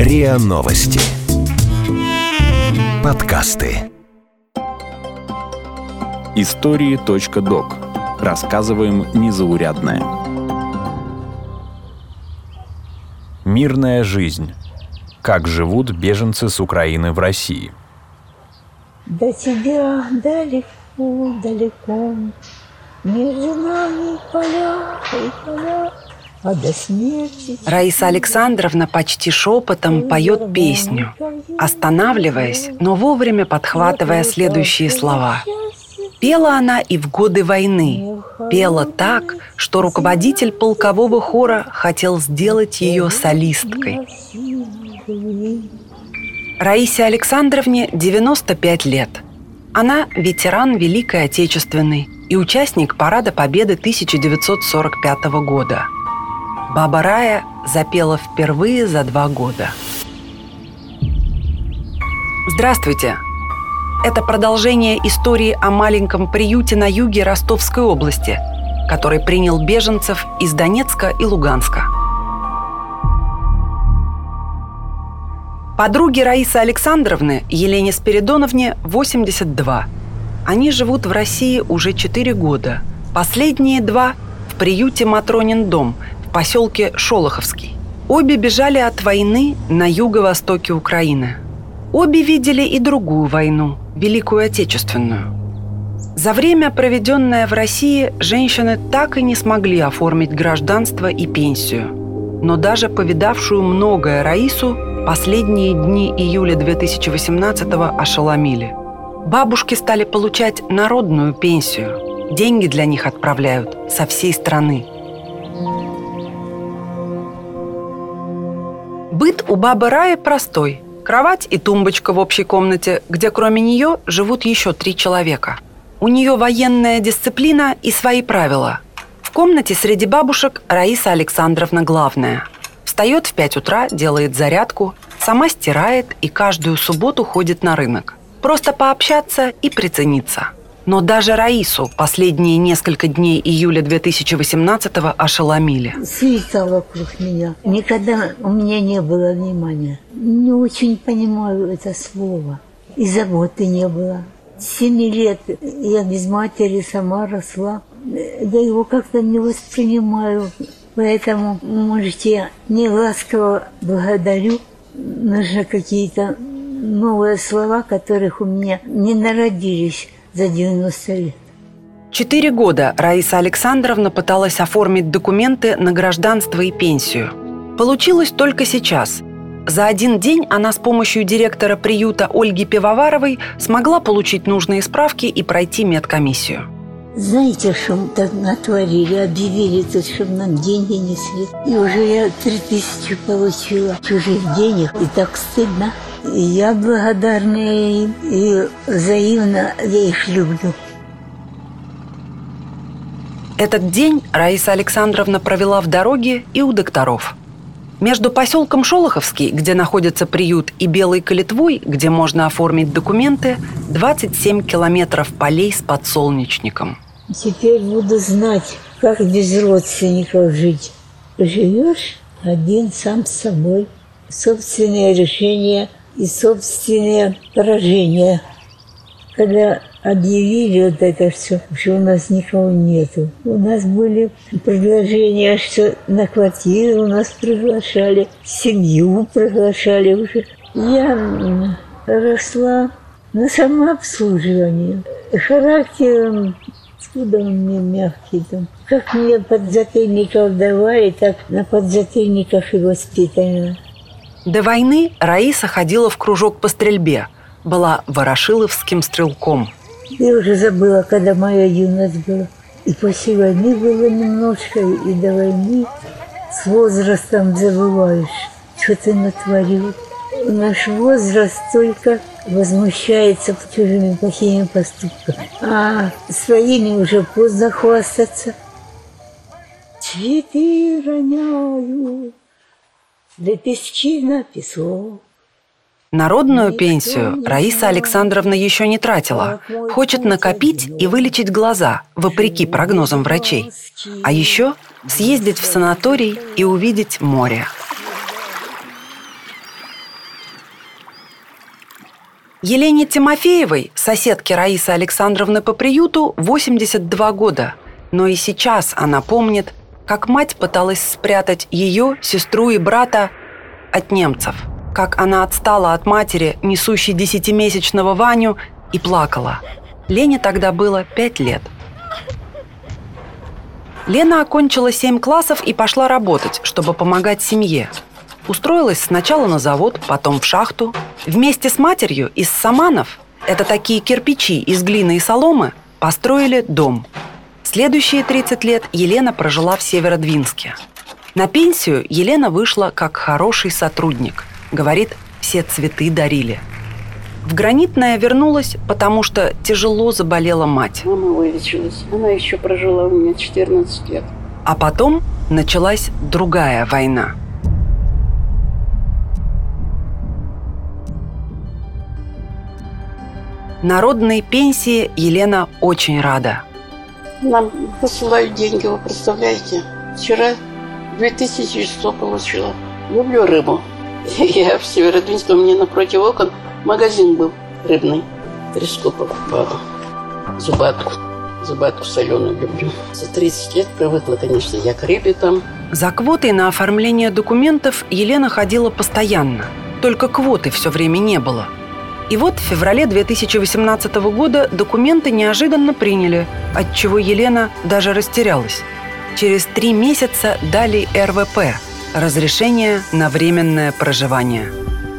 РИА Новости. Подкасты. Истории.док. Рассказываем незаурядное. Мирная жизнь. Как живут беженцы с Украины в России. До тебя далеко, далеко, между нами поля и поля, а до смерти... Раиса Александровна почти шепотом поет песню, останавливаясь, но вовремя подхватывая следующие слова. Пела она и в годы войны. Пела так, что руководитель полкового хора хотел сделать ее солисткой. Раисе Александровне 95 лет. Она ветеран Великой Отечественной и участник Парада Победы 1945 года. Баба Рая запела впервые за 2 года. Здравствуйте! Это продолжение истории о маленьком приюте на юге Ростовской области, который принял беженцев из Донецка и Луганска. Подруге Раисы Александровны, Елене Спиридоновне, 82. Они живут в России уже 4 года. Последние 2 в приюте «Матронин дом» в поселке Шолоховский. Обе бежали от войны на юго-востоке Украины. Обе видели и другую войну, Великую Отечественную. За время, проведенное в России, женщины так и не смогли оформить гражданство и пенсию. Но даже повидавшую многое Раису последние дни июля 2018-го ошеломили. Бабушки стали получать народную пенсию. Деньги для них отправляют со всей страны. Быт у бабы Раи простой. Кровать и тумбочка в общей комнате, где кроме нее живут еще 3 человека. У нее военная дисциплина и свои правила. В комнате среди бабушек Раиса Александровна главная. Встает в 5 утра, делает зарядку, сама стирает и каждую субботу ходит на рынок. Просто пообщаться и прицениться. Но даже Раису последние несколько дней июля 2018-го ошеломили. Суета вокруг меня. Никогда у меня не было внимания. Не очень понимаю это слово. И заботы не было. С 7 лет я без матери сама росла. Да его как-то не воспринимаю. Поэтому, можете, я не ласково благодарю. Нужны какие-то новые слова, которых у меня не народились за 90 лет. 4 года Раиса Александровна пыталась оформить документы на гражданство и пенсию. Получилось только сейчас. За 1 день она с помощью директора приюта Ольги Пивоваровой смогла получить нужные справки и пройти медкомиссию. Знаете, что так натворили? Объявили тут, чтобы нам деньги несли. И уже я 3000 получила чужих денег. И так стыдно. И я благодарна им. И взаимно я их люблю. Этот день Раиса Александровна провела в дороге и у докторов. Между поселком Шолоховский, где находится приют, и Белой Калитвой, где можно оформить документы, 27 километров полей с подсолнечником. Теперь буду знать, как без родственников жить. Живешь один сам с собой. Собственные решения и собственные поражения. Когда объявили вот это все, что у нас никого нету. У нас были предложения, что на квартиру нас приглашали, семью приглашали уже. Я росла на самообслуживании. Характером, откуда он мне мягкий там. Как мне подзатыльников давали, так на подзатыльниках и воспитана. До войны Раиса ходила в кружок по стрельбе. Была ворошиловским стрелком. Я уже забыла, когда моя юность была. И после войны было немножко, и до войны с возрастом забываешь, что ты натворил. Наш возраст только возмущается чужими плохими поступками. А своими уже поздно хвастаться. Цветы роняю, лепестки на песок. Народную пенсию Раиса Александровна еще не тратила. Хочет накопить и вылечить глаза, вопреки прогнозам врачей. А еще съездить в санаторий и увидеть море. Елене Тимофеевой, соседке Раисы Александровны по приюту, 82 года. Но и сейчас она помнит, как мать пыталась спрятать ее, сестру и брата от немцев. Как она отстала от матери, несущей 10-месячного Ваню, и плакала. Лене тогда было 5 лет. Лена окончила 7 классов и пошла работать, чтобы помогать семье. Устроилась сначала на завод, потом в шахту. Вместе с матерью из саманов, это такие кирпичи из глины и соломы, построили дом. Следующие 30 лет Елена прожила в Северодвинске. На пенсию Елена вышла как хороший сотрудник. Говорит, все цветы дарили. В Гранитное вернулась, потому что тяжело заболела мать. Мама вылечилась. Она еще прожила у меня 14 лет. А потом началась другая война. Народной пенсии Елена очень рада. Нам посылают деньги, вы представляете? Вчера 2100 получила. Люблю рыбу. Я в Северодвинске, у меня напротив окон магазин был рыбный. Треску покупала. Зубатку соленую люблю. За 30 лет привыкла, конечно, я к рыбе там. За квотой на оформление документов Елена ходила постоянно. Только квоты все время не было. И вот в феврале 2018 года документы неожиданно приняли, отчего Елена даже растерялась. Через 3 месяца дали РВП – разрешение на временное проживание.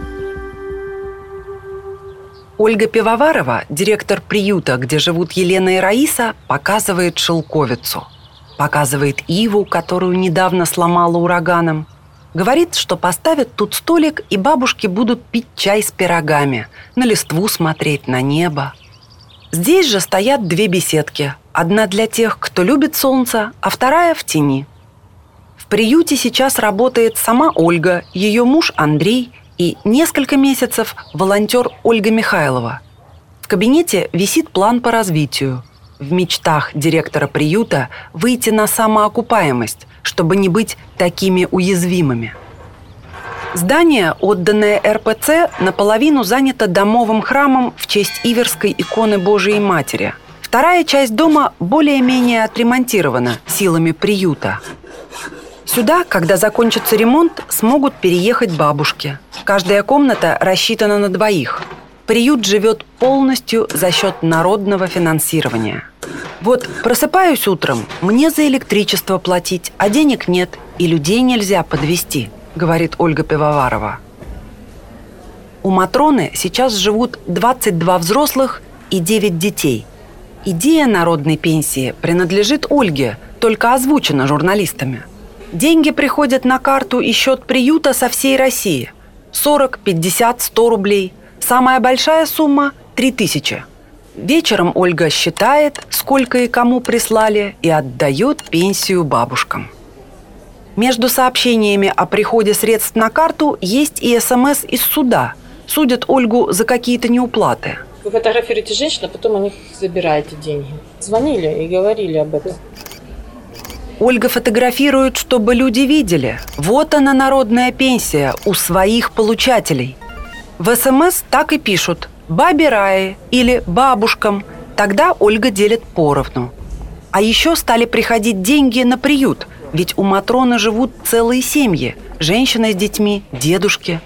Ольга Пивоварова, директор приюта, где живут Елена и Раиса, показывает шелковицу. Показывает иву, которую недавно сломала ураганом. Говорит, что поставят тут столик, и бабушки будут пить чай с пирогами, на листву смотреть, на небо. Здесь же стоят 2 беседки. Одна для тех, кто любит солнце, а вторая в тени. В приюте сейчас работает сама Ольга, ее муж Андрей и несколько месяцев волонтер Ольга Михайлова. В кабинете висит план по развитию. В мечтах директора приюта выйти на самоокупаемость, чтобы не быть такими уязвимыми. Здание, отданное РПЦ, наполовину занято домовым храмом в честь Иверской иконы Божией Матери. Вторая часть дома более-менее отремонтирована силами приюта. Сюда, когда закончится ремонт, смогут переехать бабушки. Каждая комната рассчитана на 2. Приют живет полностью за счет народного финансирования. Вот просыпаюсь утром, мне за электричество платить, а денег нет, и людей нельзя подвести, говорит Ольга Пивоварова. У Матроны сейчас живут 22 взрослых и 9 детей. Идея народной пенсии принадлежит Ольге, только озвучена журналистами. Деньги приходят на карту и счет приюта со всей России. 40, 50, 100 рублей. Самая большая сумма – 3000. Вечером Ольга считает, сколько и кому прислали, и отдает пенсию бабушкам. Между сообщениями о приходе средств на карту есть и СМС из суда. Судят Ольгу за какие-то неуплаты. Вы фотографируете женщин, а потом у них забираете деньги. Звонили и говорили об этом. Ольга фотографирует, чтобы люди видели. Вот она, народная пенсия, у своих получателей. В СМС так и пишут «бабе Рае» или «бабушкам». Тогда Ольга делит поровну. А еще стали приходить деньги на приют, ведь у Матроны живут целые семьи – женщины с детьми, дедушки.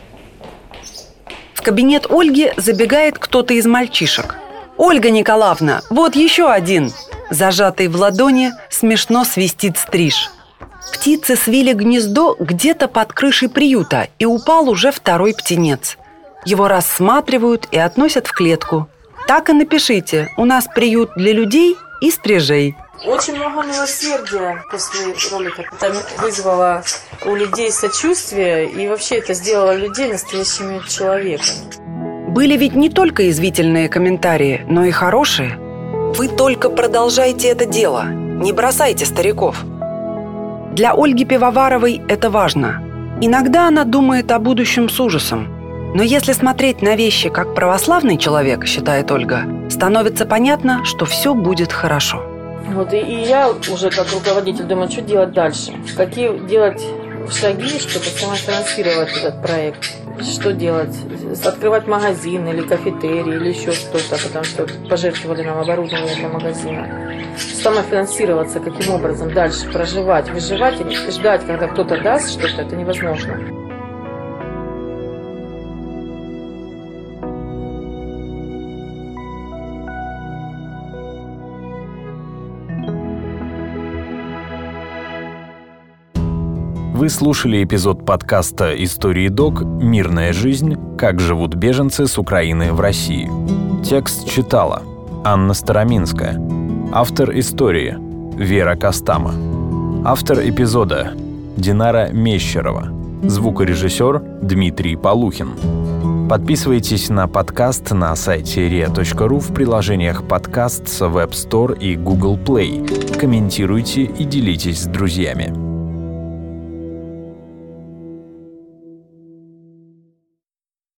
В кабинет Ольги забегает кто-то из мальчишек. «Ольга Николаевна, вот еще один!» Зажатый в ладони смешно свистит стриж. Птицы свили гнездо где-то под крышей приюта, и упал уже 2-й птенец. Его рассматривают и относят в клетку. Так и напишите: у нас приют для людей и стрижей. Очень много милосердия после ролика. Это вызвало у людей сочувствие, и вообще это сделало людей настоящими человеками. Были ведь не только язвительные комментарии, но и хорошие. Вы только продолжайте это дело, не бросайте стариков. Для Ольги Пивоваровой это важно. Иногда она думает о будущем с ужасом. Но если смотреть на вещи как православный человек, считает Ольга, становится понятно, что все будет хорошо. Вот и я уже как руководитель думаю, что делать дальше. Какие делать шаги, чтобы самофинансировать этот проект. что делать? Открывать магазин или кафетерий, или еще что-то, потому что пожертвовали нам оборудование для магазина. Самофинансироваться, каким образом дальше проживать, выживать и ждать, когда кто-то даст что-то, это невозможно. Вы слушали эпизод подкаста «Истории Док. Мирная жизнь. Как живут беженцы с Украины в России». Текст читала Анна Староминская. Автор истории Вера Костама. Автор эпизода Динара Мещерова. Звукорежиссер Дмитрий Полухин. Подписывайтесь на подкаст на сайте ria.ru в приложениях подкаст с Web Store и Google Play. Комментируйте и делитесь с друзьями.